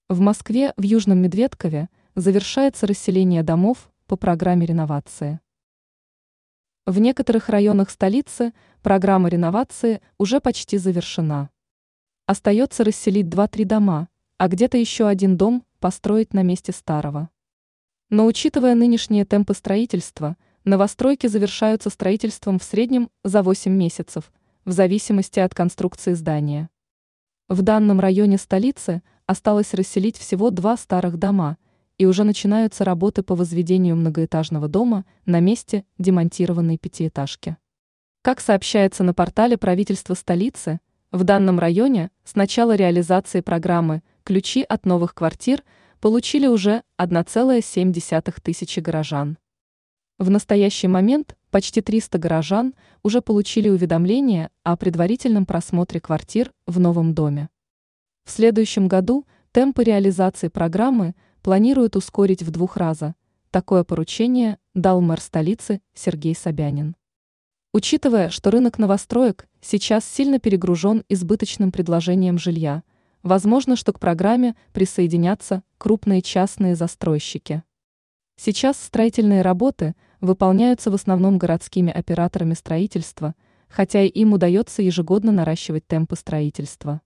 В Москве, в Южном Медведкове, завершается расселение домов по программе реновации. В некоторых районах столицы программа реновации уже почти завершена. Остается расселить 2-3 дома, а где-то еще один дом построить на месте старого. Но учитывая нынешние темпы строительства, новостройки завершаются строительством в среднем за 8 месяцев, в зависимости от конструкции здания. В данном районе столицы осталось расселить всего 2 старых дома, и уже начинаются работы по возведению многоэтажного дома на месте демонтированной пятиэтажки. Как сообщается на портале правительства столицы, в данном районе с начала реализации программы «Ключи от новых квартир» получили уже 1,7 тысячи горожан. В настоящий момент почти 300 горожан уже получили уведомление о предварительном просмотре квартир в новом доме. В следующем году темпы реализации программы планируют ускорить в 2 раза. Такое поручение дал мэр столицы Сергей Собянин. Учитывая, что рынок новостроек сейчас сильно перегружен избыточным предложением жилья, возможно, что к программе присоединятся крупные частные застройщики. Сейчас строительные работы выполняются в основном городскими операторами строительства, хотя и им удается ежегодно наращивать темпы строительства.